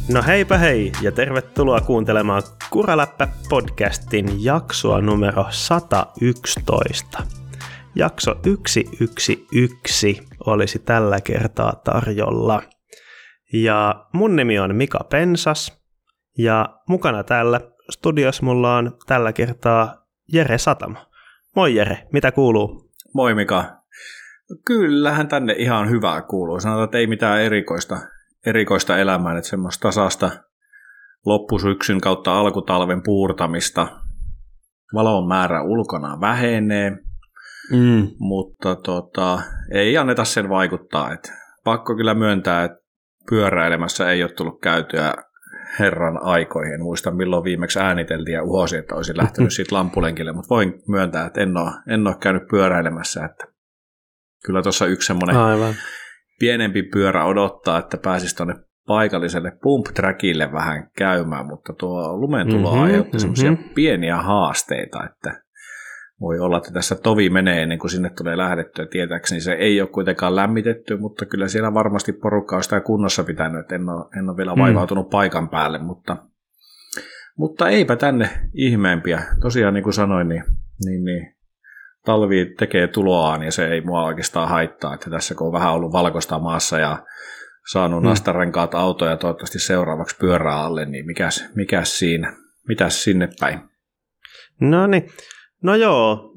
No heipä hei ja tervetuloa kuuntelemaan Kuraläppä-podcastin jaksoa numero 111. Jakso 111 olisi tällä kertaa tarjolla. Ja mun nimi on Mika Pensas ja mukana täällä studiossa mulla on tällä kertaa Jere Satamo. Moi Jere, mitä kuuluu? Moi Mika. Kyllähän tänne ihan hyvää kuuluu. Sanotaan, että ei mitään erikoista elämää, että semmoista tasasta loppusyksyn kautta alkutalven puurtamista. Valon määrä ulkona vähenee, mutta ei anneta sen vaikuttaa. Että pakko kyllä myöntää, että pyöräilemässä ei ole tullut käytyä herran aikoihin. Muistan milloin viimeksi ääniteltiin ja uhosin, että olisin lähtenyt siitä lampulenkille, mutta voin myöntää, että en ole käynyt pyöräilemässä. Että kyllä tuossa yksi semmoinen pienempi pyörä odottaa, että pääsisi tuonne paikalliselle pump trackille vähän käymään, mutta tuo lumentulo aiheutti semmoisia pieniä haasteita, että voi olla, että tässä tovi menee ennen kuin sinne tulee lähdettyä. Tietääkseni se ei ole kuitenkaan lämmitetty, mutta kyllä siellä varmasti porukka on sitä kunnossa pitänyt, että en ole vielä vaivautunut paikan päälle, mutta eipä tänne ihmeempiä. Tosiaan niin kuin sanoin, niin talvi tekee tuloaan ja se ei mua oikeastaan haittaa, että tässä kun on vähän ollut valkoista maassa ja saanut nastarenkaat autoja ja toivottavasti seuraavaksi pyörää alle, niin mikäs siinä, mitäs sinne päin? No niin, no joo,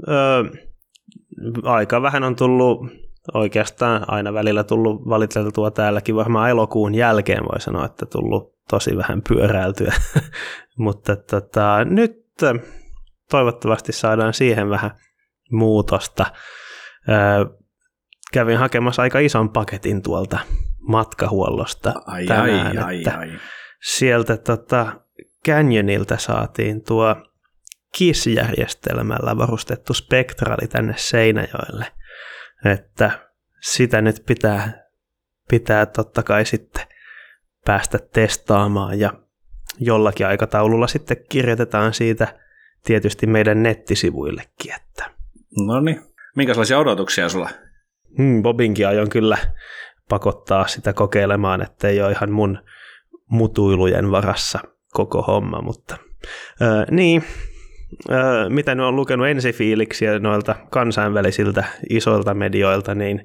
aika vähän on tullut, oikeastaan aina välillä tullut valiteltua täälläkin, varmaan elokuun jälkeen voi sanoa, että tullut tosi vähän pyöräiltyä, mutta nyt toivottavasti saadaan siihen vähän muutosta. Kävin hakemassa aika ison paketin tuolta matkahuollosta tänään. Sieltä Canyonilta saatiin tuo KISS-järjestelmällä varustettu spektraali tänne Seinäjoelle. Että sitä nyt pitää totta kai sitten päästä testaamaan ja jollakin aikataululla sitten kirjoitetaan siitä tietysti meidän nettisivuillekin. No niin, minkälaisia odotuksia sulla? Bobinkin aion kyllä pakottaa sitä kokeilemaan, ettei ole ihan mun mutuilujen varassa koko homma, mutta mitä ne on lukenut ensifiiliksiä noilta kansainvälisiltä isoilta medioilta, niin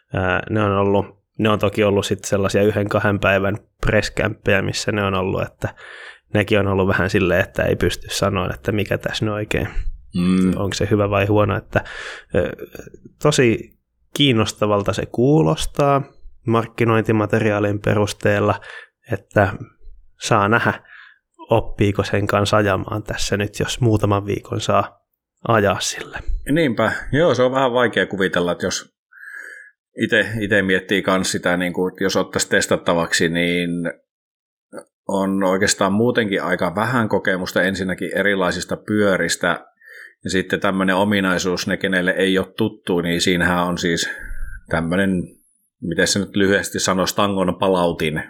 ne on toki ollut sitten sellaisia 1-2 päivän presskämppejä, missä ne on ollut, että nekin on ollut vähän silleen, että ei pysty sanoa, että mikä tässä nyt oikein, onko se hyvä vai huono, että tosi kiinnostavalta se kuulostaa markkinointimateriaalin perusteella, että saa nähdä, oppiiko sen kanssa ajamaan tässä nyt, jos muutaman viikon saa ajaa sille. Niinpä, joo, se on vähän vaikea kuvitella, että jos itse miettii myös sitä, niin kuin, jos ottaisi testattavaksi, niin on oikeastaan muutenkin aika vähän kokemusta ensinnäkin erilaisista pyöristä, ja sitten tämmöinen ominaisuus, ne kenelle ei ole tuttu, niin siinähän on siis tämmöinen, miten se nyt lyhyesti sanoisi, tangon palautin.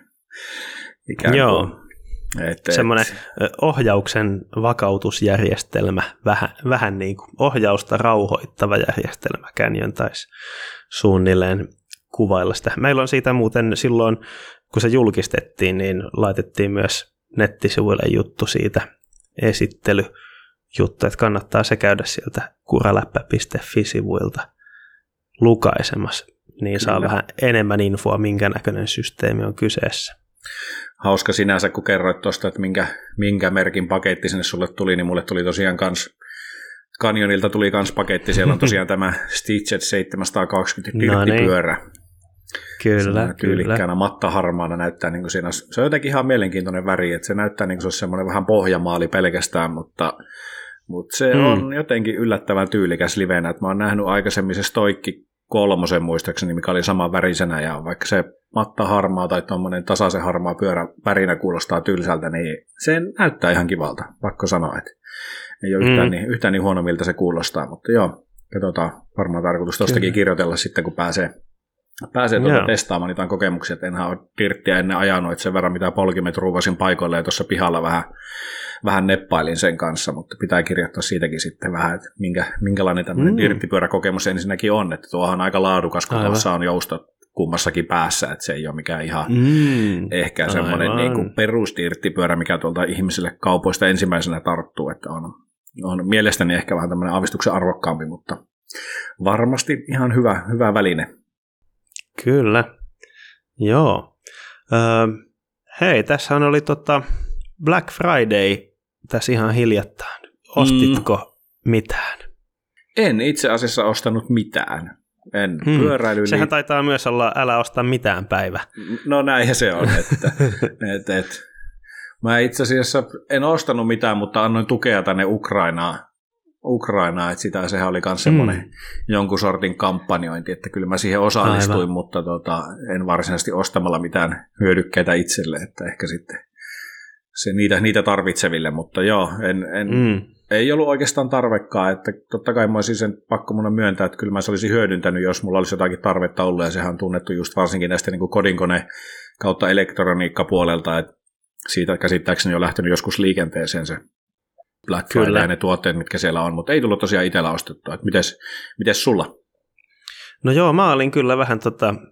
Joo, semmoinen ohjauksen vakautusjärjestelmä, vähän niin kuin ohjausta rauhoittava järjestelmä, Canyon taisi suunnilleen kuvailla sitä. Meillä on siitä muuten silloin, kun se julkistettiin, niin laitettiin myös nettisivuille juttu siitä esittelyjuttu, että kannattaa se käydä sieltä kuraläppä.fi-sivuilta lukaisemassa, niin saa vähän enemmän infoa, minkä näköinen systeemi on kyseessä. Hauska sinänsä, kun kerroit tuosta, että minkä merkin paketti sinne sulle tuli, niin mulle tuli tosiaan kans Canyonilta tuli kans paketti, siellä on tosiaan tämä Stitchet 720 dirttipyörä. Kyllä. Tyylikkäänä mattaharmaana näyttää, niin kuin siinä se on jotenkin ihan mielenkiintoinen väri, että se näyttää niin kuin se olisi semmoinen vähän pohjamaali pelkästään, mutta se on jotenkin yllättävän tyylikäs livenä, että mä oon nähnyt aikaisemmin se Stoikki 3 muistaakseni, mikä oli saman värisenä, ja vaikka se mattaharmaa tai tuommoinen tasaisen harmaa pyörä värinä kuulostaa tylsältä, niin se näyttää ihan kivalta, pakko sanoa, että ei ole yhtään niin huono, miltä se kuulostaa, mutta joo, katsotaan, varmaan tarkoitus tuostakin kirjoitella sitten, kun pääsee testaamaan niitä kokemuksia, että enhän ole dirttiä ennen ajanut, että sen verran mitä polkimet ruuvasin paikoille ja tuossa pihalla vähän neppailin sen kanssa, mutta pitää kirjoittaa siitäkin sitten vähän, että minkälainen tämmöinen dirttipyöräkokemus ensinnäkin on, että tuohan on aika laadukas, kun tuossa on kummassakin päässä, että se ei ole mikään ihan ehkä semmoinen niin kuin perustirttipyörä, mikä tuolta ihmisille kaupoista ensimmäisenä tarttuu, että on mielestäni ehkä vähän tämmöinen aavistuksen arvokkaampi, mutta varmasti ihan hyvä väline. Kyllä, joo. Hei, tässä oli Black Friday tässä ihan hiljattain. Ostitko mitään? En itse asiassa ostanut mitään. En pyöräily. Sehän taitaa myös olla älä osta mitään päivä. No näinhän se on. Että mä itse asiassa en ostanut mitään, mutta annoin tukea tänne Ukrainaan, että sehän oli myös semmoinen jonkun sortin kampanjointi, että kyllä mä siihen osallistuin, aivan. Mutta en varsinaisesti ostamalla mitään hyödykkeitä itselle, että ehkä sitten se niitä tarvitseville, mutta joo, ei ollut oikeastaan tarvekkaa, että totta kai mä olisin sen pakko mun myöntää, että kyllä mä se olisin hyödyntänyt, jos mulla olisi jotakin tarvetta ollut, ja sehän on tunnettu just varsinkin näistä niin kuin kodinkone kautta elektroniikkapuolelta, että siitä käsittääkseni on lähtenyt joskus liikenteeseen se Black Friday ja ne tuotteet, mitkä siellä on, mutta ei tullut tosiaan itsellä ostettua. Mites sulla? No joo, mä olin kyllä vähän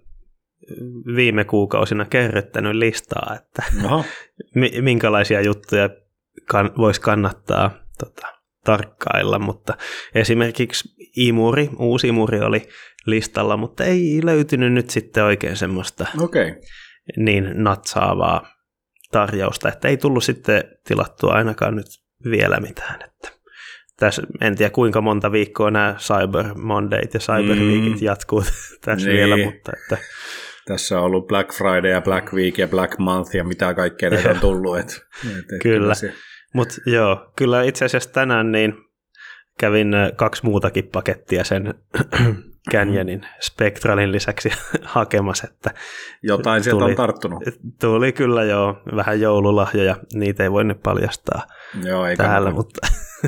viime kuukausina kerryttänyt listaa, että minkälaisia juttuja voisi kannattaa tarkkailla, mutta esimerkiksi uusi imuri oli listalla, mutta ei löytynyt nyt sitten oikein semmoista niin natsaavaa tarjousta, että ei tullut sitten tilattua ainakaan nyt vielä mitään. Että tässä, en tiedä kuinka monta viikkoa nämä Cyber Mondayt ja Cyber Weekit jatkuu tässä vielä, mutta että tässä on ollut Black Friday ja Black Week ja Black Month ja mitä kaikkea näitä on tullut. Kyllä, mutta joo, kyllä itse asiassa tänään niin kävin 2 muutakin pakettia sen Canyonin Spectralin lisäksi hakemassa, että jotain sieltä on tarttunut. Tuli kyllä joo, vähän joululahjoja, niitä ei voi nyt paljastaa täällä, mutta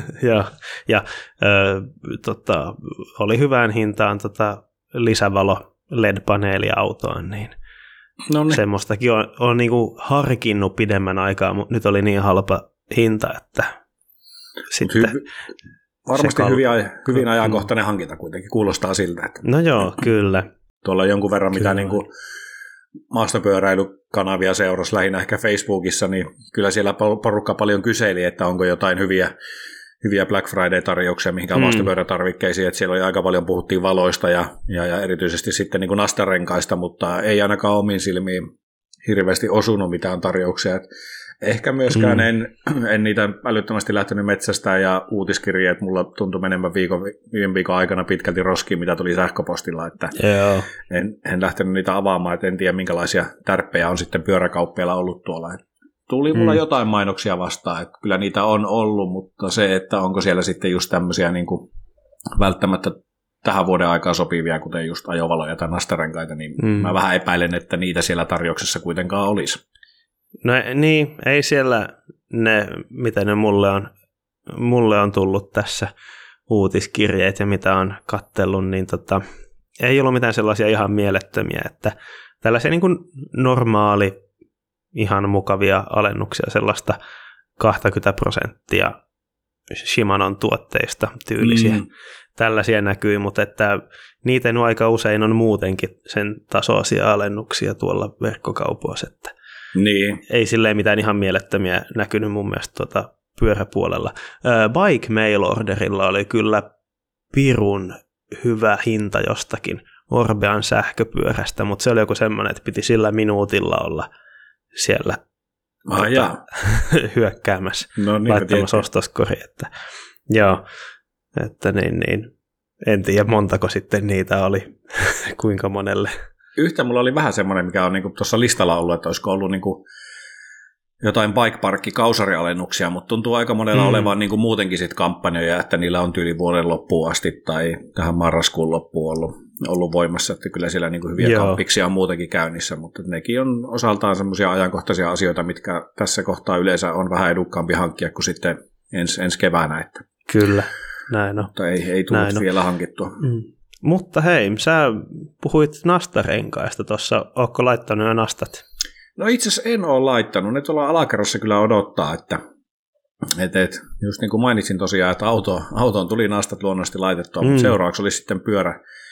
oli hyvään hintaan lisävalo LED-paneeli autoon, niin semmoistakin on niinku harkinnut pidemmän aikaa, mutta nyt oli niin halpa hinta, että sitten varmasti hyvin ajankohtainen hankinta kuitenkin, kuulostaa siltä. Että no joo, kyllä. Tuolla on jonkun verran, mitä niin kuin maastopyöräilykanavia seurasi lähinnä ehkä Facebookissa, niin kyllä siellä porukka paljon kyseli, että onko jotain hyviä Black Friday-tarjouksia mihinkään maastopyörätarvikkeisiin, että siellä oli aika paljon puhuttiin valoista ja erityisesti sitten niin kuin nastarenkaista, mutta ei ainakaan omiin silmiin hirveästi osunut mitään tarjouksia. Et ehkä myöskään en niitä älyttömästi lähtenyt metsästään ja uutiskirjeet mulla tuntui menemään viime viikon aikana pitkälti roskiin, mitä tuli sähköpostilla, että en lähtenyt niitä avaamaan, että en tiedä minkälaisia tärppejä on sitten pyöräkauppiailla ollut tuolla. Tuli mulla jotain mainoksia vastaan, että kyllä niitä on ollut, mutta se, että onko siellä sitten just tämmöisiä niin kuin välttämättä tähän vuoden aikaan sopivia, kuten just ajovaloja tai nastarenkaita, niin mä vähän epäilen, että niitä siellä tarjouksessa kuitenkaan olisi. No niin, ei siellä ne, mitä ne mulle on tullut tässä uutiskirjeet ja mitä on katsellut, niin ei ollut mitään sellaisia ihan mielettömiä, että tällaisia niin kuin normaali, ihan mukavia alennuksia, sellaista 20% Shimanon tuotteista tyylisiä. Tällaisia näkyy, mutta että niitä aika usein on muutenkin sen tasoisia alennuksia tuolla verkkokaupoissa, että ei silleen mitään ihan mielettömiä näkynyt mun mielestä pyöräpuolella. Bike Mail Orderilla oli kyllä pirun hyvä hinta jostakin Orbean sähköpyörästä, mutta se oli joku semmoinen, että piti sillä minuutilla olla siellä hyökkäämässä, laittamassa ostoskori. Että niin. En tiedä montako sitten niitä oli, kuinka monelle. Yhtä mulla oli vähän semmoinen, mikä on niinku tuossa listalla ollut, että olisiko ollut niinku jotain bike-parkki-kausarialennuksia, mutta tuntuu aika monella olevan niinku muutenkin sit kampanjoja, että niillä on tyyli vuoden loppuun asti tai tähän marraskuun loppuun ollut voimassa, että kyllä siellä niinku hyviä kampiksia on muutenkin käynnissä, mutta nekin on osaltaan semmoisia ajankohtaisia asioita, mitkä tässä kohtaa yleensä on vähän edukkaampi hankkia kuin sitten ensi keväänä. Että kyllä, näin on. Mutta ei tullut vielä hankittua. Mutta hei, sä puhuit nastarenkaista tuossa, ootko laittanut jo nastat? No itse asiassa en ole laittanut, ne tuolla alakerrassa kyllä odottaa, että just niin kuin mainitsin tosiaan, että autoon tuli nastat luonnollisesti laitettua, mutta seuraavaksi oli sitten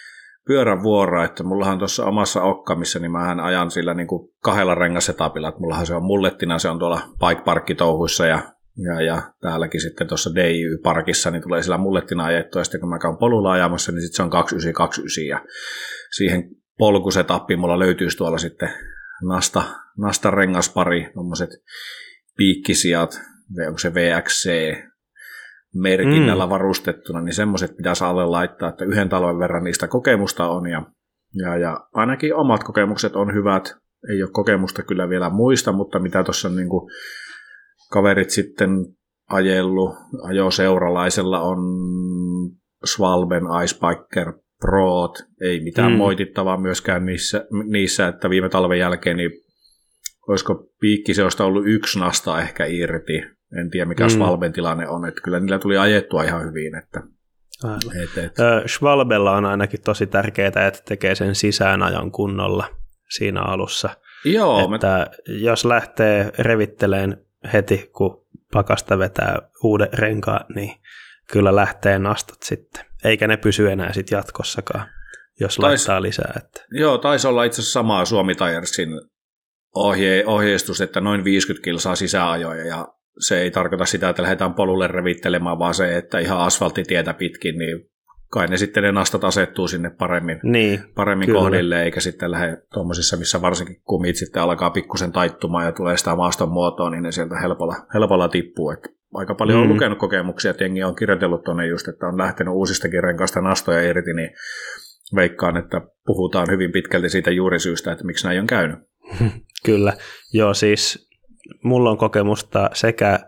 pyörävuoroa, että mullahan tuossa omassa Okkamissa, niin mähän ajan sillä niin kuin 2 rengasetapilla, että mullahan se on mullettina, se on tuolla bike parkkitouhuissa ja täälläkin sitten tuossa DIY-parkissa, niin tulee sillä mullettina ajettua, ja sitten kun mä käyn polulla ajamassa, niin sitten se on 2929, ja siihen polkusetappiin mulla löytyisi tuolla sitten Nasta rengaspari, tommoset piikkisijat, onko se VXC-merkinnällä varustettuna, niin semmoiset pitäisi alle laittaa, että 1 talven verran niistä kokemusta on, ja ainakin omat kokemukset on hyvät, ei ole kokemusta kyllä vielä muista, mutta mitä tuossa niin kuin kaverit sitten ajoseuralaisella on Svalben Icebiker Proot, ei mitään moitittavaa myöskään niissä, että viime talven jälkeen, niin olisiko piikkiseosta ollut 1 nasta ehkä irti, en tiedä mikä Svalben tilanne on, että kyllä niillä tuli ajettua ihan hyvin. Että Schwalbella on ainakin tosi tärkeää, että tekee sen sisäänajon kunnolla siinä alussa. Joo, että jos lähtee revitteleen heti, kun pakasta vetää uuden renkaan, niin kyllä lähtee nastat sitten. Eikä ne pysy enää sitten jatkossakaan, jos laittaa lisää. Että. Joo, taisi olla itse asiassa samaa Suomi Tiresin ohjeistus, että noin 50 kilsaa sisäajoja, ja se ei tarkoita sitä, että lähdetään polulle revittelemaan, vaan se, että ihan asfalttitietä pitkin, niin kai ne sitten ne nastat asettuu sinne paremmin kohdille, eikä sitten lähde tuommoisissa, missä varsinkin kumit sitten alkaa pikkusen taittumaan ja tulee sitä maaston muotoa, niin ne sieltä helpolla tippuu. Et aika paljon on lukenut kokemuksia, että jengi on kirjoitellut tuonne just, että on lähtenyt uusistakin renkaista nastoja irti, niin veikkaan, että puhutaan hyvin pitkälti siitä juurisyystä, että miksi näin on käynyt. Kyllä, joo siis mulla on kokemusta sekä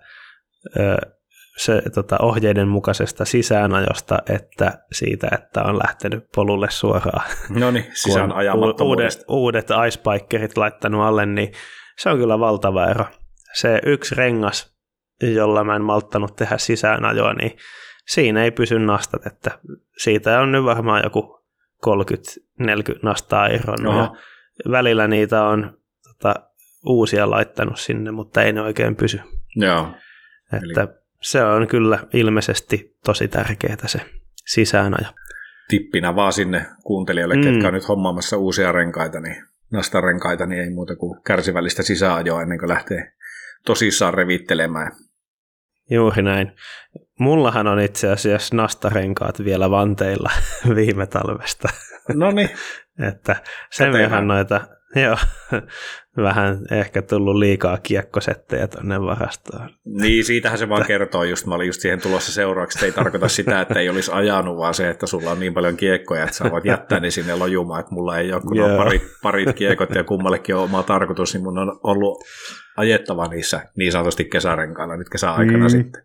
ohjeiden mukaisesta sisäänajosta, että siitä, että on lähtenyt polulle suoraan. No niin, sisään ajamattomuudesta. Uudet icebikerit laittanut alle, niin se on kyllä valtava ero. Se 1 rengas, jolla mä en malttanut tehdä sisäänajoa, niin siinä ei pysy nastat, että siitä on nyt varmaan joku 30-40 nastaa irronnut. Ja välillä niitä on uusia laittanut sinne, mutta ei ne oikein pysy. Joo. Että se on kyllä ilmeisesti tosi tärkeää se sisäänajo. Tippinä vaan sinne kuuntelijoille, ketkä on nyt hommaamassa uusia renkaita, niin nastarenkaita, niin ei muuta kuin kärsivällistä sisääajoa ennen kuin lähtee tosissaan revittelemään. Juuri näin. Mullahan on itse asiassa nastarenkaat vielä vanteilla viime talvesta. Noniin. Että sen verran noita, joo, vähän ehkä tullut liikaa kiekkosettejä tuonne varastoon. Niin, siitähän se vaan kertoo just, mä olin just siihen tulossa seuraavaksi, että ei tarkoita sitä, että ei olisi ajanut, vaan se, että sulla on niin paljon kiekkoja, että sä voit jättää ne sinne lojumaan, että mulla ei ole, kun on parit kiekot ja kummallekin on oma tarkoitus, niin mun on ollut ajettava niissä niin sanotusti kesärenkailla nyt kesäaikana sitten.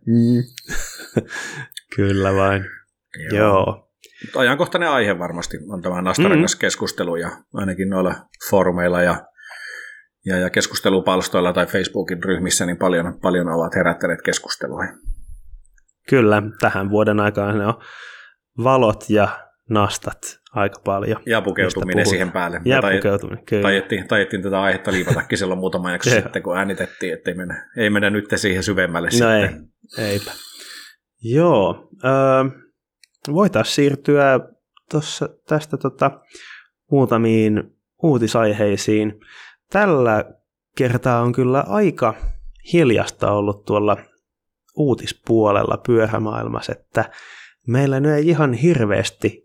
Kyllä vain, joo. Ajankohtainen aihe varmasti on tämä nastarengaskeskustelu ja ainakin noilla foorumeilla ja keskustelupalstoilla tai Facebookin ryhmissä niin paljon ovat herättäneet keskusteluja. Kyllä, tähän vuoden aikaan ne on valot ja nastat aika paljon. Ja pukeutuminen siihen päälle. Ja pukeutuminen, kyllä. Tajettiin tätä aihetta liipatakin silloin muutama jakso sitten, kun äänitettiin, että ei mennä nyt siihen syvemmälle sitten. Eipä. Joo, voitaisiin siirtyä tästä muutamiin uutisaiheisiin. Tällä kertaa on kyllä aika hiljasta ollut tuolla uutispuolella pyörämaailmassa, että meillä nyt ei ihan hirveästi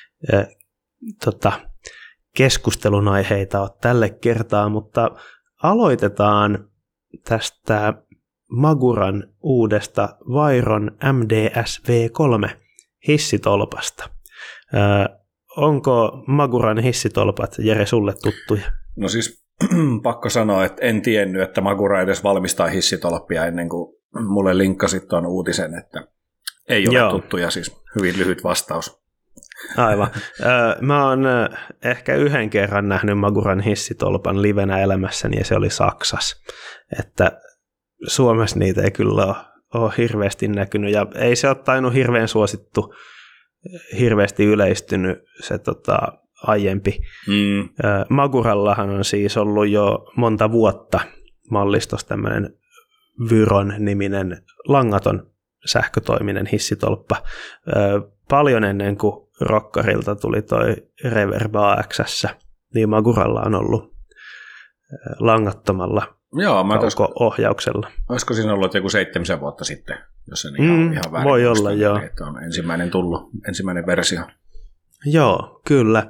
keskustelun aiheita ole tälle kertaa, mutta aloitetaan tästä Maguran uudesta Vairon MDS V3 hissitolpasta. Onko Maguran hissitolpat, Jere, sulle tuttuja? No siis pakko sanoa, että en tiennyt, että Magura edes valmistaa hissitolppia ennen kuin mulle linkkasit tuon uutisen, että ei ole tuttuja, siis hyvin lyhyt vastaus. Aivan. Mä oon ehkä 1 kerran nähnyt Maguran hissitolpan livenä elämässäni, ja se oli Saksassa. Että Suomessa niitä ei kyllä ole hirveästi näkynyt, ja ei se ole tainnut hirveän suosittu, hirveästi yleistynyt se aiempi. Magurallahan on siis ollut jo monta vuotta mallistos tämmöinen Vyron-niminen langaton sähkötoiminen hissitolppa. Paljon ennen kuin Rockarilta tuli toi Reverb AXS, niin Maguralla on ollut langattomalla kauko-ohjauksella. Olisiko siinä ollut joku 7 vuotta sitten, jos en ihan väärin voi olla, joo. Että on ensimmäinen versio. Joo, kyllä.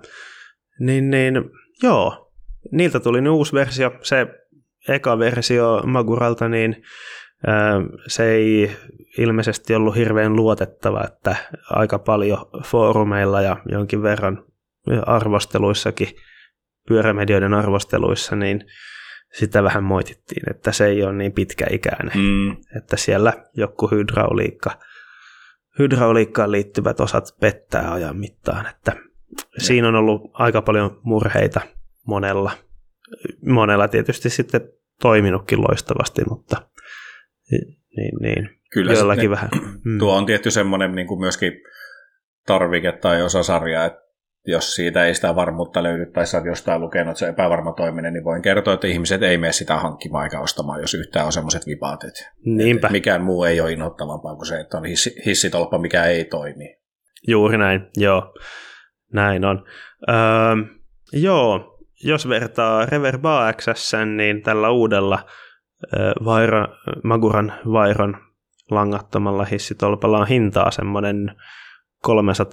Joo, niiltä tuli nyt uusi versio. Se eka versio Maguralta, niin se ei ilmeisesti ollut hirveän luotettava, että aika paljon foorumeilla ja jonkin verran arvosteluissakin, pyörämedioiden arvosteluissa, niin sitä vähän moitittiin, että se ei ole niin pitkäikäinen, että siellä joku hydrauliikkaan liittyvät osat pettää ajan mittaan, että siinä on ollut aika paljon murheita monella tietysti sitten toiminutkin loistavasti, mutta niin. Kyllä joillakin vähän. Tuo on tietty semmoinen niin kuin myöskin tarvike tai osasarja, että jos siitä ei sitä varmuutta löydy tai sä oot jostain lukenut, että se on epävarma toiminen, niin voin kertoa, että ihmiset ei mene sitä hankkimaan eikä ostamaan, jos yhtään on semmoiset vipaat. Niinpä. Mikään muu ei ole inhottavampaa kuin se, että on hissitolppa, mikä ei toimi. Juuri näin, joo. Näin on. Joo, jos vertaa Reverb AXS:n, niin tällä uudella Maguran Vairon langattomalla hissitolpalla on hintaa semmoinen 250-300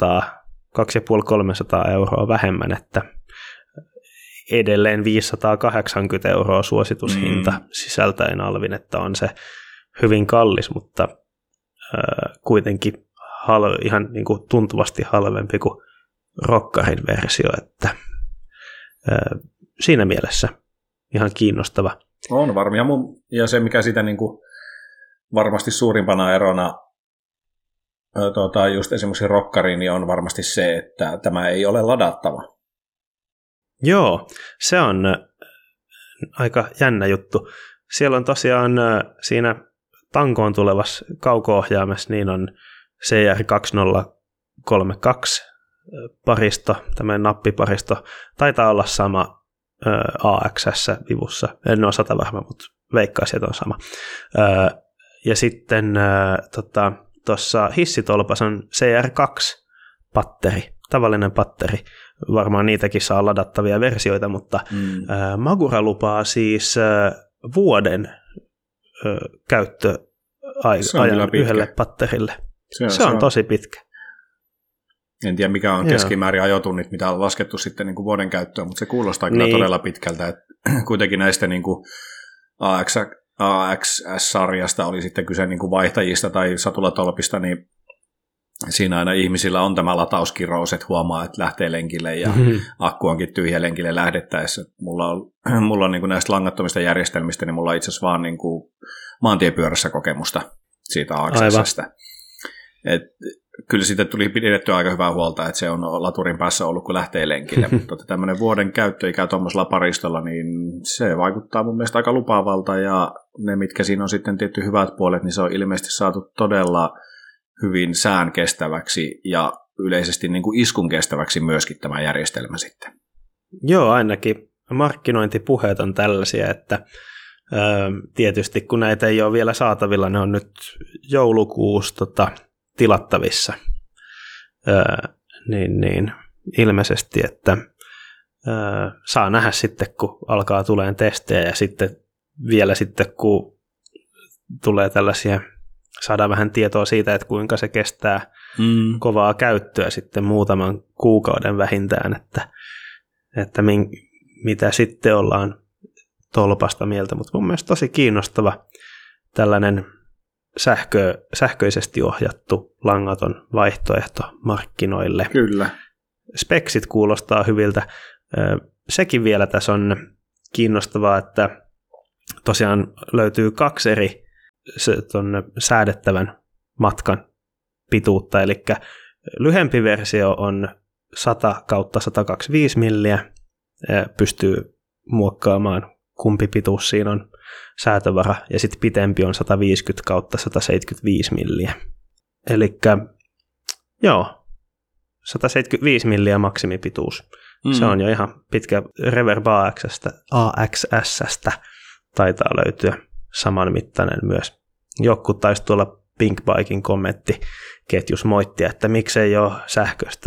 € vähemmän, että edelleen 580 € suositushinta sisältäen alvin, että on se hyvin kallis, mutta kuitenkin ihan niin kuin tuntuvasti halvempi kuin Rockarin versio, että siinä mielessä ihan kiinnostava. On varmaan, ja se mikä sitä niin kuin varmasti suurimpana erona just esimerkiksi Rockariin, niin on varmasti se, että tämä ei ole ladattava. Joo, se on aika jännä juttu. Siellä on tosiaan siinä tankoon tulevassa kauko-ohjaamassa, niin on CR2032 paristo, tämmöinen nappiparisto, taitaa olla sama AXS-vivussa, en ole 100 varma, mutta veikkaisin, että on sama. Ja sitten tuossa hissitolpassa on CR2-patteri, tavallinen patteri. Varmaan niitäkin saa ladattavia versioita, mutta Magura lupaa siis vuoden käyttöajan yhdelle patterille. Se on tosi pitkä. En tiedä, mikä on keskimäärin ajotunnit, mitä on laskettu sitten niin kuin vuoden käyttöön, mutta se kuulostaa kyllä todella pitkältä. Että kuitenkin näistä niin kuin AXS-sarjasta oli sitten kyse niin kuin vaihtajista tai satulatolpista, niin siinä aina ihmisillä on tämä latauskirous, että huomaa, että lähtee lenkille ja akku onkin tyhjä lenkille lähdettäessä. Mulla on niin kuin näistä langattomista järjestelmistä, niin mulla on itse asiassa vaan niin kuin maantiepyörässä kokemusta siitä AXS-stä. Kyllä siitä tuli pidettyä aika hyvää huolta, että se on laturin päässä ollut, kun lähtee lenkille. Mutta tämmöinen vuoden käyttöikä tuommoisella paristolla, niin se vaikuttaa mun mielestä aika lupaavalta. Ja ne, mitkä siinä on sitten tietty hyvät puolet, niin se on ilmeisesti saatu todella hyvin sään kestäväksi ja yleisesti niin kuin iskun kestäväksi myöskin tämä järjestelmä sitten. Joo, ainakin markkinointipuheet on tällaisia, että tietysti kun näitä ei ole vielä saatavilla, ne on nyt joulukuussa tilattavissa, niin ilmeisesti, että saa nähdä sitten, kun alkaa tulemaan testejä ja sitten vielä sitten, kun tulee tällaisia, saadaan vähän tietoa siitä, että kuinka se kestää kovaa käyttöä sitten muutaman kuukauden vähintään, että mitä sitten ollaan tolpasta mieltä, mutta mun mielestä tosi kiinnostava tällainen sähköisesti ohjattu langaton vaihtoehto markkinoille. Kyllä. Speksit kuulostaa hyviltä. Sekin vielä tässä on kiinnostavaa, että tosiaan löytyy 2 eri säädettävän matkan pituutta, eli lyhempi versio on 100/125 milliä, pystyy muokkaamaan kumpi pituus siinä on säätövara, ja sitten pitempi on 150/175 milliä. Eli joo, 175 milliä maksimipituus. Se on jo ihan pitkä. Reverb AXS:stä taitaa löytyä samanmittainen myös. Joku taisi tuolla Pinkbiken kommenttiketjus moittia, että miksei ole sähköistä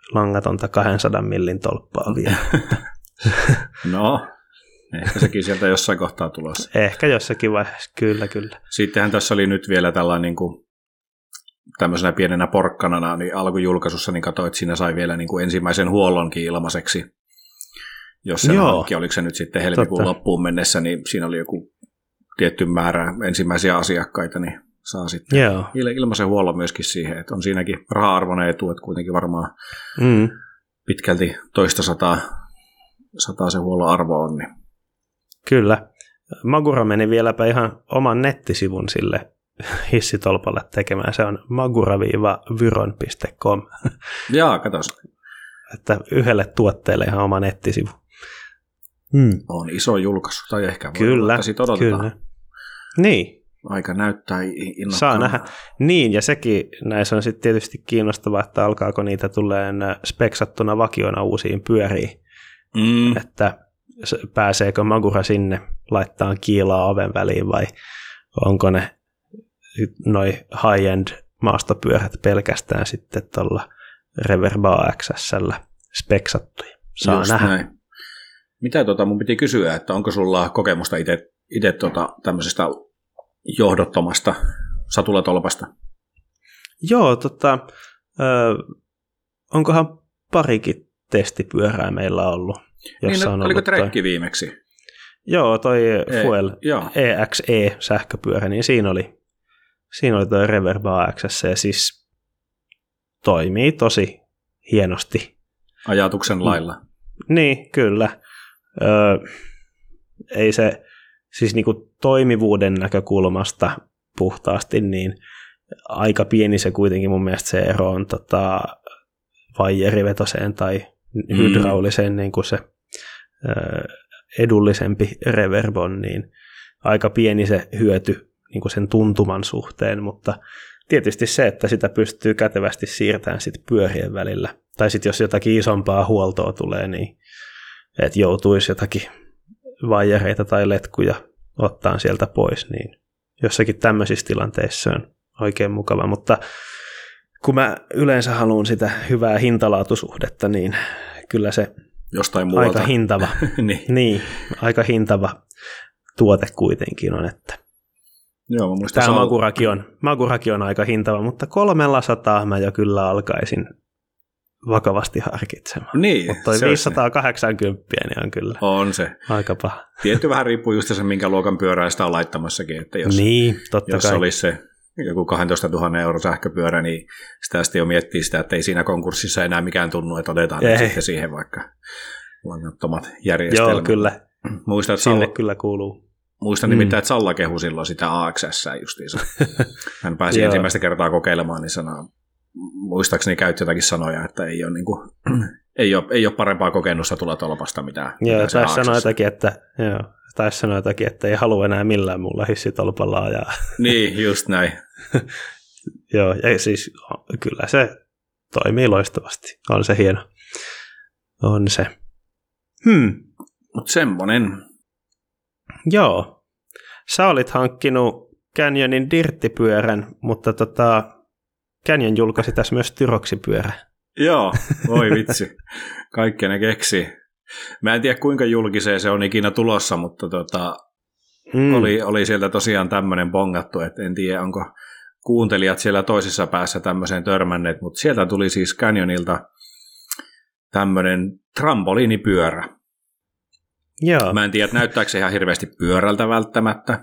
langatonta 200 millin tolppaa vielä. No, ehkä sekin sieltä jossain kohtaa tulossa. Ehkä jossakin vaiheessa, kyllä. Sittenhän tässä oli nyt vielä tällainen niin kuin tämmöisenä pienenä porkkanana, niin alkujulkaisussa niin katsoin, että siinä sai vielä niin kuin ensimmäisen huollonkin ilmaiseksi. Jos se hankki, oliko se nyt sitten helmikuun loppuun mennessä, niin siinä oli joku tietty määrä ensimmäisiä asiakkaita, niin saa sitten ilmaisen huollon myöskin siihen, että on siinäkin raha-arvoinen etu, että kuitenkin varmaan pitkälti toista sataa se huollon arvo on. Niin. Kyllä. Magura meni vieläpä ihan oman nettisivun sille hissitolpalle tekemään. Se on magura-vyron.com. Jaa, katos. Että yhdelle tuotteelle ihan oma nettisivu. On iso julkaisu, tai ehkä voi kyllä, odotetaan. Kyllä. Niin. Aika näyttää innokkaan. Saa nähdä. Niin, ja sekin näissä on sitten tietysti kiinnostavaa, että alkaako niitä tuleen speksattuna vakiona uusiin pyöriin. Että pääseekö Magura sinne laittaa kiilaa oven väliin vai onko ne noi high-end maastopyörät pelkästään sitten tuolla Reverb AXS:llä speksattuja. Saa just nähdä. Näin. Mitä mun piti kysyä, että onko sulla kokemusta itse tämmöisestä johdottomasta satulatolpasta? Joo, onkohan parikin testipyörää meillä ollut. Niin, oliko trekki viimeksi? Joo, toi Fuel EXE sähköpyörä, niin siinä oli toi Reverb AXS, ja siis toimii tosi hienosti. Ajatuksen lailla. Niin, kyllä. Ei se, siis niinku toimivuuden näkökulmasta puhtaasti, niin aika pieni se kuitenkin mun mielestä se ero on vaijerivetoseen tai hydrauliseen, niin kuin se edullisempi reverb on, niin aika pieni se hyöty niin kuin sen tuntuman suhteen, mutta tietysti se, että sitä pystyy kätevästi siirtämään sit pyörien välillä, tai sitten jos jotakin isompaa huoltoa tulee, niin että joutuisi jotakin vaijereita tai letkuja ottaa sieltä pois, niin jossakin tämmöisissä tilanteissa on oikein mukava, mutta kun mä yleensä haluan sitä hyvää hintalaatusuhdetta, niin kyllä se jostain muualta. Aika hintava, niin, aika hintava tuote kuitenkin on, että joo, mä muistan, tämä Magurakin on aika hintava, mutta 300 mä jo kyllä alkaisin vakavasti harkitsemaan. Niin, mutta toi 580 niin on kyllä aika paha. Tietty vähän riippuu just se, minkä luokan pyörää sitä on laittamassakin, että jos olisi se joku 12 000 euro sähköpyörä, niin sitä sitten jo miettii sitä, että ei siinä konkurssissa enää mikään tunnu, että otetaan sitten siihen vaikka langattomat järjestelmät. Joo, kyllä. Sinne kyllä kuuluu. Muistan nimittäin, että Salla kehui silloin sitä AXS justiinsa. Hän pääsi ensimmäistä kertaa kokeilemaan, niin muistaakseni käytti jotakin sanoja, että ei ole parempaa kokennusta tulla tolpasta mitään. Joo, taisi sanoa jotakin, että ei halua enää millään muulla hissitolpalla ajaa. Niin, just näin. Joo, ja siis kyllä se toimii loistavasti. On se hieno. On se. Mutta semmonen. Joo. Sä olit hankkinut Canyonin dirttipyörän, mutta Canyon julkaisi tässä myös tyroksipyörä. Joo, voi vitsi. Kaikkea ne keksi. Mä en tiedä kuinka julkiseen se on ikinä tulossa, mutta oli sieltä tosiaan tämmöinen bongattu, että en tiedä onko kuuntelijat siellä toisessa päässä tämmöiseen törmänneet, mutta sieltä tuli siis Canyonilta tämmöinen trampoliinipyörä. Joo. Mä en tiedä, näyttääkö se ihan hirveästi pyörältä välttämättä,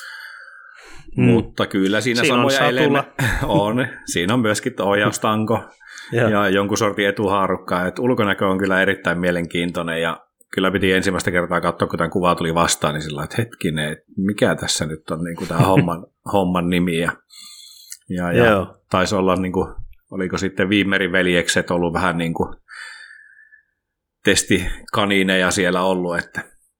mutta kyllä siinä samoja elementtejä on. Siinä on myöskin ohjaustanko ja jonkun sortin etuhaarukka. Et ulkonäkö on kyllä erittäin mielenkiintoinen ja kyllä piti ensimmäistä kertaa katsoa, kun tämän kuva tuli vastaan, niin sillä että hetkinen, että mikä tässä nyt on niin kuin tämä homman nimi. Ja taisi olla, niin kuin, oliko sitten Wimmerin veljekset ollut vähän niin kuin testikaniineja siellä ollut. Että.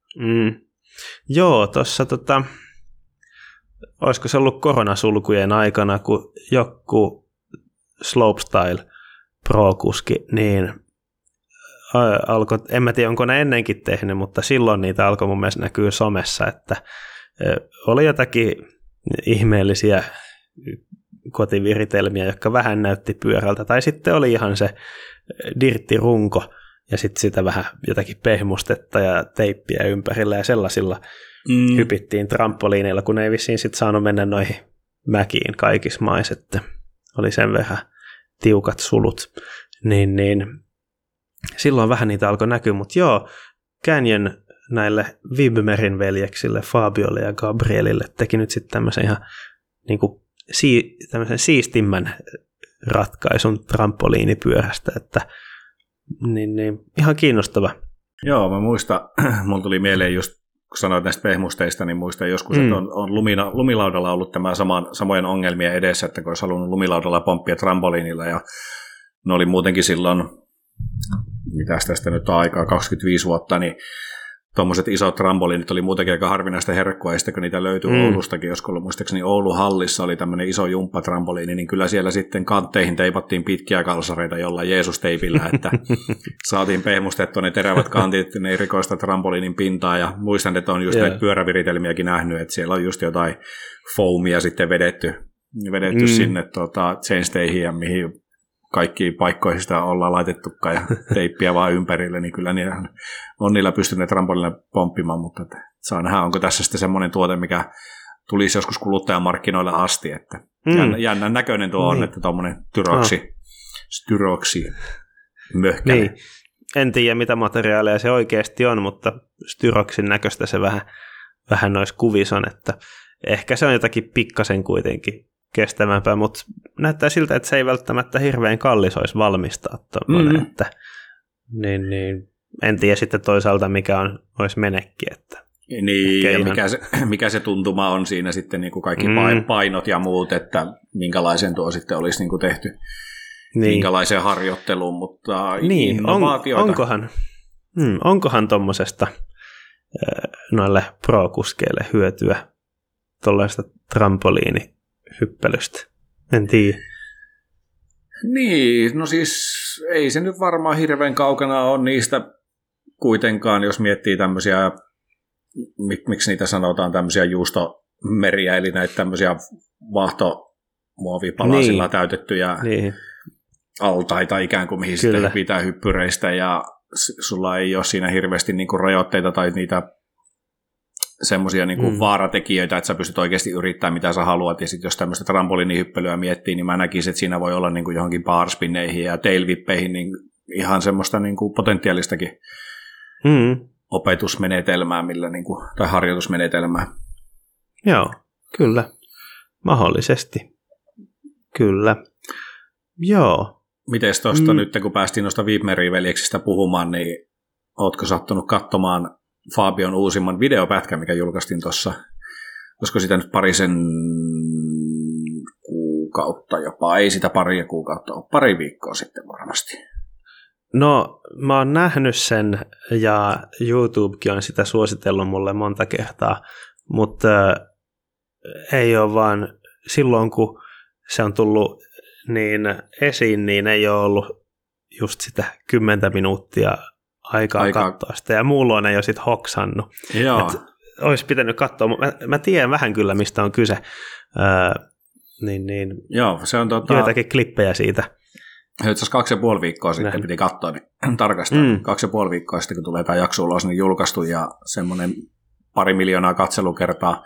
Joo, tuossa olisiko se ollut koronasulkujen aikana, kun joku Slopestyle Pro-kuski, niin alkoi, en mä tiedä onko ne ennenkin tehnyt, mutta silloin niitä alkoi mun mielestä näkyy somessa, että oli jotakin ihmeellisiä kotiviritelmiä, jotka vähän näytti pyörältä, tai sitten oli ihan se dirttirunko, ja sitten sitä vähän jotakin pehmustetta ja teippiä ympärillä, ja sellaisilla hypittiin trampoliineilla, kun ei vissiin sitten saanut mennä noihin mäkiin kaikissa maissa, että oli sen verran tiukat sulut, niin silloin vähän niitä alkoi näkyä, mutta joo, Canyon näille Wibmerin veljeksille, Fabiolle ja Gabrielille teki nyt sitten tämmöisen ihan niin kuin tämmöisen siistimmän ratkaisun trampoliinipyörästä, että niin, ihan kiinnostava. Joo, mä muistan, mulla tuli mieleen just, kun sanoit näistä pehmusteista, niin muistan joskus, että on lumilaudalla ollut tämä samojen ongelmia edessä, että kun olisi halunnut lumilaudalla pomppia trampoliinilla, ja ne oli muutenkin silloin, mitäs tästä nyt on aikaa, 25 vuotta, niin tuommoiset isot trampoliinit oli muutenkin aika harvinaista herkkua, ja sitten kun niitä löytyi Oulustakin, joskus ollut muistaakseni Oulun hallissa oli tämmöinen iso jumppatrampoliini, niin kyllä siellä sitten kantteihin teipattiin pitkiä kalsareita jollain Jeesus-teipillä, että saatiin pehmustettua ne terävät kantit, ne ei rikoista trampoliinin pintaa, ja muistan, että on just näitä pyöräviritelmiäkin nähnyt, että siellä on just jotain foamia sitten vedetty sinne chainsteihin, ja mihin kaikkiin paikkoihin sitä ollaan laitettukaan ja teippiä vaan ympärille, niin kyllä on niillä pystyneet trampoliilla pomppimaan, mutta saa nähdä, onko tässä sitten semmoinen tuote, mikä tulisi joskus kuluttajamarkkinoille asti, että jännän näköinen tuo on, että tuommoinen styroksi möhkäle. Niin. En tiedä, mitä materiaaleja se oikeasti on, mutta styroksin näköistä se vähän noissa kuvissa on, että ehkä se on jotakin pikkasen kuitenkin kestävämpää, mutta näyttää siltä, että se ei välttämättä hirveän kallis olisi valmistaa tuommoinen, että niin, en tiedä sitten toisaalta mikä olisi menekki, että niin, ja mikä se tuntuma on siinä sitten niin kuin kaikki painot ja muut, että minkälaisen tuo sitten olisi niin kuin tehty, minkälaiseen harjoitteluun, mutta innovaatioita. Onkohan tuommoisesta noille pro-kuskeille hyötyä tuollaista trampoliinihyppelystä? En tiedä. Niin, no siis ei se nyt varmaan hirveän kaukana ole niistä kuitenkaan, jos miettii tämmöisiä, miksi niitä sanotaan, tämmöisiä juustomeriä, eli näitä tämmöisiä vaahtomuovipalasilla täytettyjä altaita ikään kuin, mihin sitten pitää hyppyreistä, ja sulla ei ole siinä hirveästi niinku rajoitteita tai niitä semmoisia niinku vaaratekijöitä, että sä pystyt oikeasti yrittämään mitä sä haluat, ja sitten jos tämmöistä trampoliinihyppelyä miettii, niin mä näkisin, että siinä voi olla niinku johonkin barspinneihin ja tailvippeihin niin ihan semmoista niinku potentiaalistakin opetusmenetelmää tai harjoitusmenetelmää. Joo, kyllä. Mahdollisesti. Kyllä. Joo. Mites tuosta nyt, kun päästiin noista Wibmerin-veljeksistä puhumaan, niin ootko sattunut katsomaan Fabion uusimman videopätkän, mikä julkaistiin tuossa, olisiko sitä nyt parisen kuukautta jopa, ei sitä paria kuukautta ole, pari viikkoa sitten varmasti. No, mä oon nähnyt sen, ja YouTubekin on sitä suositellut mulle monta kertaa, mutta ei ole vaan silloin, kun se on tullut niin esiin, niin ei ole ollut just sitä 10 minuuttia aikaa katsoa sitä, ja muulloin ei ole sitten hoksannut. Olisi pitänyt katsoa, mä tiedän vähän kyllä, mistä on kyse. Joo, se on joitakin klippejä siitä. Se itse asiassa 2,5 viikkoa sitten piti katsoa niin tarkastaa. 2,5 viikkoa sitten, kun tulee tämä jakso ulos, niin julkaistu, ja semmoinen 2 miljoonaa katselukertaa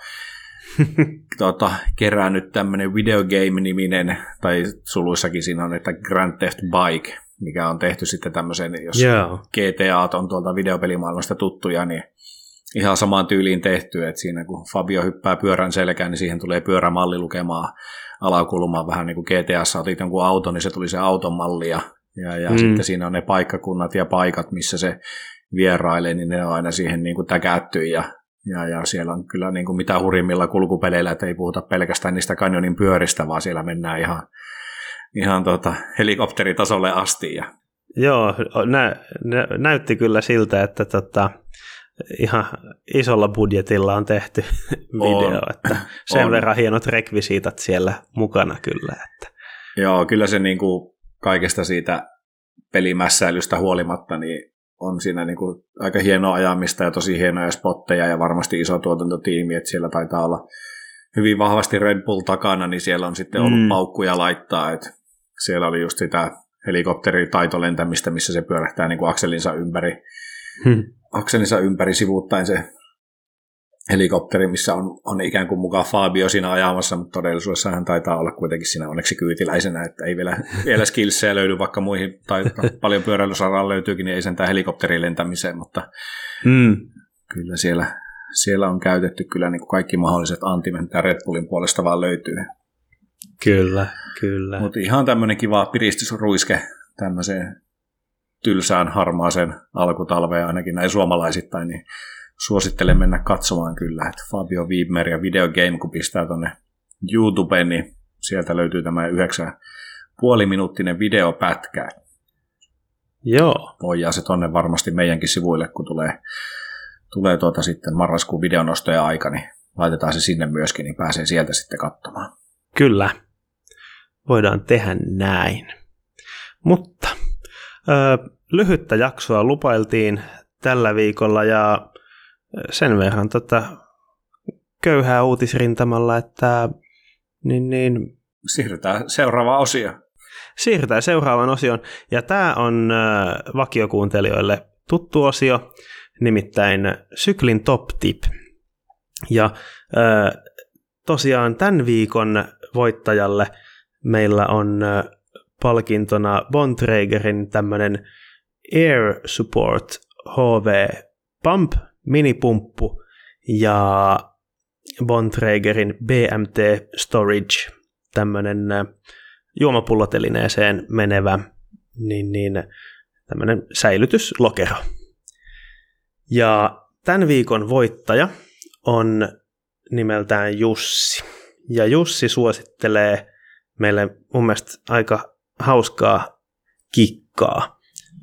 kerännyt tämmöinen videogame-niminen, tai suluissakin siinä on, että Grand Theft Bike, mikä on tehty sitten tämmöisen, jos GTAt on tuolta videopelimaailmasta tuttuja, niin ihan samaan tyyliin tehty, että siinä kun Fabio hyppää pyörän selkään, niin siihen tulee pyörämalli lukemaan alakulmaan vähän niin kuin GTAssa otit jonkun auton, niin se tuli se auton malli, ja sitten siinä on ne paikkakunnat ja paikat, missä se vierailee, niin ne on aina siihen niin kuin täkätty, ja siellä on kyllä niin kuin mitä hurimmilla kulkupeleillä, että ei puhuta pelkästään niistä kanjonin pyöristä, vaan siellä mennään ihan helikopteritasolle asti. Joo, näytti kyllä siltä, että ihan isolla budjetilla on tehty video, että sen verran hienot rekvisiitat siellä mukana kyllä. Että. Joo, kyllä se niin kuin kaikesta siitä pelimässäilystä huolimatta, niin on siinä niin kuin aika hienoa ajamista ja tosi hienoja spotteja ja varmasti iso tuotantotiimi, että siellä taitaa olla hyvin vahvasti Red Bull takana, niin siellä on sitten ollut paukkuja laittaa, että siellä oli just sitä helikopteritaitolentämistä, missä se pyörähtää niin kuin akselinsa ympäri sivuuttaen se helikopteri, missä on ikään kuin mukaan Fabio siinä ajamassa, mutta todellisuudessa hän taitaa olla kuitenkin siinä onneksi kyytiläisenä, että ei vielä skillsejä löydy, vaikka muihin, tai paljon pyöräilysaralla löytyykin, niin ei sentään helikopterin lentämiseen, mutta kyllä siellä on käytetty kyllä niin kuin kaikki mahdolliset antimet, mitä Red Bullin puolesta vaan löytyy. Kyllä. Mutta ihan tämmöinen kiva piristysruiske tämmöiseen tylsään harmaaseen alkutalveen, ainakin näin suomalaisittain, niin suosittelen mennä katsomaan kyllä, että Fabio Wibmer ja Video Game, kun pistää tuonne YouTubeen, niin sieltä löytyy tämä 9,5-minuuttinen videopätkä. Joo. Voidaan se tonne varmasti meidänkin sivuille, kun tulee sitten marraskuun videonostojen aika, niin laitetaan se sinne myöskin, niin pääsee sieltä sitten katsomaan. Kyllä, voidaan tehdä näin. Mutta lyhyttä jaksoa lupailtiin tällä viikolla ja sen verran köyhää uutisrintamalla, että siirrytään seuraavaan osioon. Siirrytään seuraavaan osioon, ja tämä on vakiokuuntelijoille tuttu osio, nimittäin syklin top tip. Ja tosiaan tämän viikon voittajalle meillä on palkintona Bontragerin tämmöinen Air Support HV Pump, minipumppu ja Bontragerin BMT Storage, tämmöinen juomapullotelineeseen menevä tämmöinen säilytyslokero. Ja tämän viikon voittaja on nimeltään Jussi. Ja Jussi suosittelee meille mun mielestä aika hauskaa kikkaa.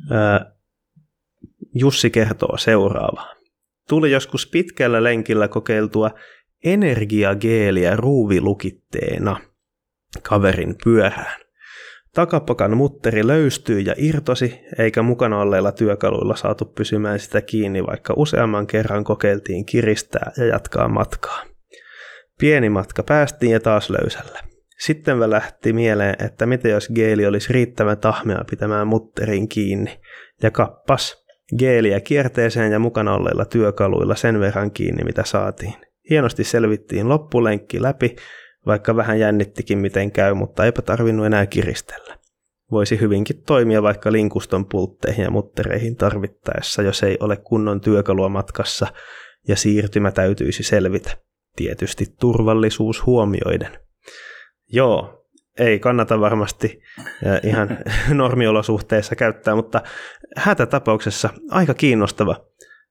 Jussi kertoo seuraavaa. Tuli joskus pitkällä lenkillä kokeiltua energiageeliä ruuvilukitteena kaverin pyörään. Takapakan mutteri löystyi ja irtosi, eikä mukana olleilla työkaluilla saatu pysymään sitä kiinni, vaikka useamman kerran kokeiltiin kiristää ja jatkaa matkaa. Pieni matka päästiin ja taas löysällä. Sitten välähti mieleen, että mitä jos geeli olisi riittävän tahmea pitämään mutterin kiinni. Ja kappas, geeliä kierteeseen ja mukana olleilla työkaluilla sen verran kiinni, mitä saatiin. Hienosti selvittiin loppulenkki läpi, vaikka vähän jännittikin miten käy, mutta eipä tarvinnut enää kiristellä. Voisi hyvinkin toimia vaikka linkuston pultteihin ja muttereihin tarvittaessa, jos ei ole kunnon työkalua matkassa ja siirtymä täytyisi selvitä. Tietysti turvallisuus huomioiden. Joo, ei kannata varmasti ihan normiolosuhteissa käyttää, mutta hätätapauksessa aika kiinnostava.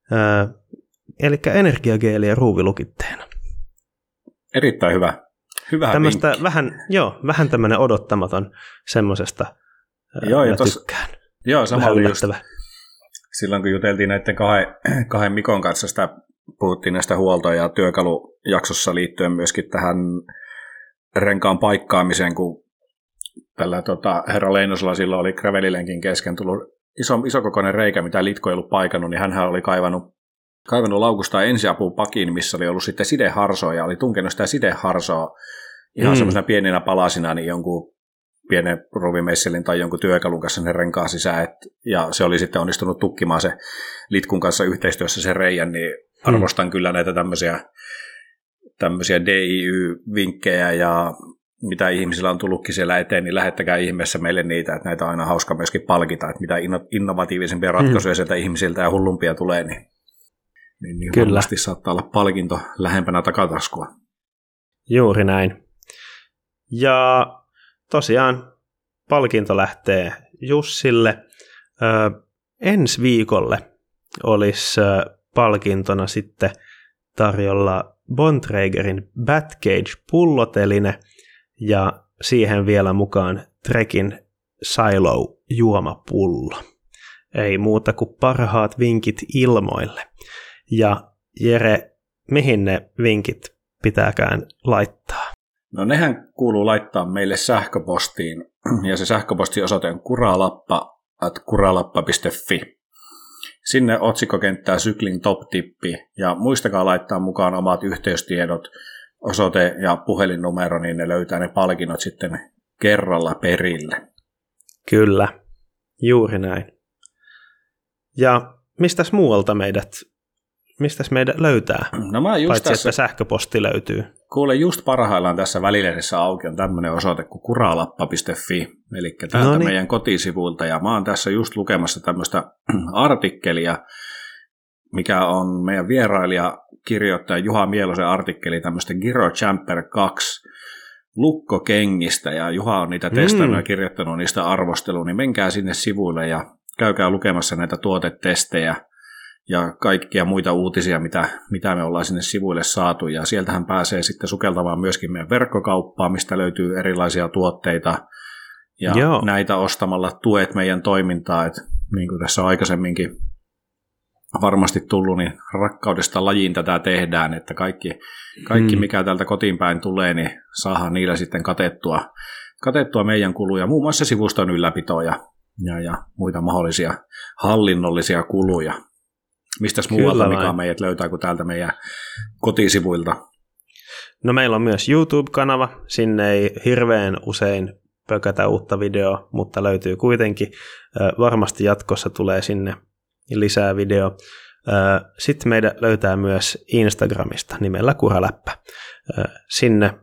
Eli energiageeliä ruuvilukitteena. Erittäin hyvä. Hyvä tämmöistä vähän tämmöinen odottamaton semmosesta, tykkään. Joo, sama oli just silloin, kun juteltiin näiden kahden Mikon kanssa, puhuttiin näistä huolto- ja työkalujaksossa liittyen myöskin tähän renkaan paikkaamiseen, kun tällä herra Leinosella silloin oli gravelilenkin kesken tullut isokokoinen reikä, mitä Litko ei ollut paikannut, niin hänhän oli kaivannut laukusta ensiapupakin, missä oli ollut sitten sideharsoa, ja oli tunkenut sitä sideharsoa ihan semmoisena pieninä palasina, niin jonkun pienen ruuvimeisselin tai jonkun työkalun kanssa sen renkaan sisään, ja se oli sitten onnistunut tukkimaan se Litkun kanssa yhteistyössä sen reijän, niin arvostan kyllä näitä tämmöisiä DIY-vinkkejä, ja mitä ihmisillä on tullutkin siellä eteen, niin lähettäkää ihmeessä meille niitä, että näitä on aina hauska myöskin palkita, että mitä innovatiivisempia ratkaisuja sieltä ihmisiltä ja hullumpia tulee, niin varmasti saattaa olla palkinto lähempänä takataskua. Juuri näin. Ja tosiaan palkinto lähtee Jussille. Ensi viikolle olisi palkintona sitten tarjolla Bontragerin Batcage-pulloteline ja siihen vielä mukaan Trekin Silo-juomapullo. Ei muuta kuin parhaat vinkit ilmoille. Ja Jere, mihin ne vinkit pitääkään laittaa? No nehän kuuluu laittaa meille sähköpostiin, ja se sähköpostiosoite on kuralappa@kuralappa.fi. Sinne otsikkokenttää syklin top-tippi, ja muistakaa laittaa mukaan omat yhteystiedot, osoite ja puhelinnumero, niin ne löytää ne palkinnot sitten kerralla perille. Kyllä, juuri näin. Ja mistäs meidät löytää? No mä just paitsi tässä, että sähköposti löytyy. Kuule, just parhaillaan tässä välilehdessä auki on tämmöinen osoite kuin kuralappa.fi, eli täältä meidän kotisivuilta, ja mä oon tässä just lukemassa tämmöistä artikkelia, mikä on meidän vierailija kirjoittaja Juha Mielosen artikkeli tämmöistä Giro Jumper 2 lukkokengistä, ja Juha on niitä testannut ja kirjoittanut niistä arvostelua, niin menkää sinne sivuille ja käykää lukemassa näitä tuotetestejä ja kaikkia muita uutisia, mitä me ollaan sinne sivuille saatu, ja sieltähän pääsee sitten sukeltamaan myöskin meidän verkkokauppaa, mistä löytyy erilaisia tuotteita, ja näitä ostamalla tuet meidän toimintaa, että niin kuin tässä aikaisemminkin varmasti tullut, niin rakkaudesta lajiin tätä tehdään, että kaikki mikä täältä kotiin päin tulee, niin saadaan niillä sitten katettua meidän kuluja, muun muassa sivuston ylläpitoa ja muita mahdollisia hallinnollisia kuluja. Mistäs muualta mikä meidät löytää kuin täältä meidän kotisivuilta? No meillä on myös YouTube-kanava, sinne ei hirveän usein pökätä uutta videoa, mutta löytyy kuitenkin. Varmasti jatkossa tulee sinne lisää video. Sitten meidät löytää myös Instagramista nimellä Kuraläppä. Sinne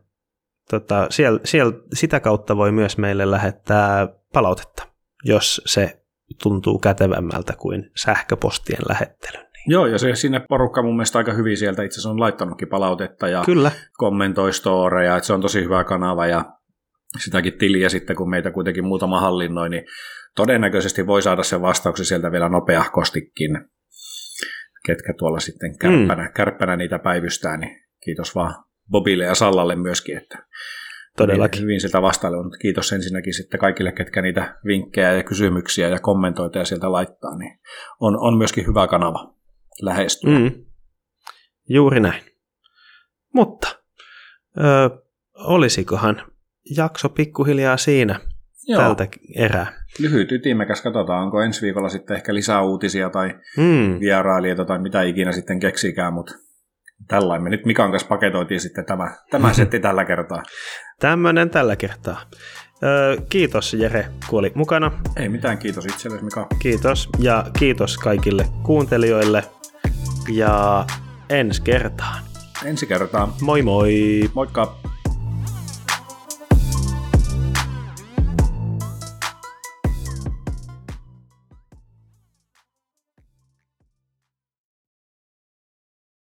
sitä kautta voi myös meille lähettää palautetta, jos se tuntuu kätevämmältä kuin sähköpostien lähettely. Joo, ja sinne porukka mun mielestä aika hyvin sieltä itse asiassa on laittanutkin palautetta ja Kyllä. kommentoi storeja, että se on tosi hyvä kanava, ja sitäkin tiliä sitten, kun meitä kuitenkin muutama hallinnoi, niin todennäköisesti voi saada sen vastauksen sieltä vielä nopeahkostikin, ketkä tuolla sitten kärppänä niitä päivystää, niin kiitos vaan Bobille ja Sallalle myöskin, että todellakin hyvin sieltä vastaille, mutta kiitos ensinnäkin sitten kaikille, ketkä niitä vinkkejä ja kysymyksiä ja kommentoita sieltä laittaa, niin on myöskin hyvä kanava lähestyä. Juuri näin. Mutta olisikohan jakso pikkuhiljaa siinä tältä erää? Lyhyt ytimekäs, katsotaan, onko ensi viikolla sitten ehkä lisää uutisia tai vierailijoita tai mitä ikinä sitten keksikään, mutta tällainen me nyt Mikan kanssa paketoitiin sitten tämä setti tällä kertaa. Tämmöinen tällä kertaa. Kiitos Jere, kun olit mukana. Ei mitään, kiitos itsellesi Mika. Kiitos, ja kiitos kaikille kuuntelijoille, ja ensi kertaan. Ensi kertaan. Moi moi! Moikka!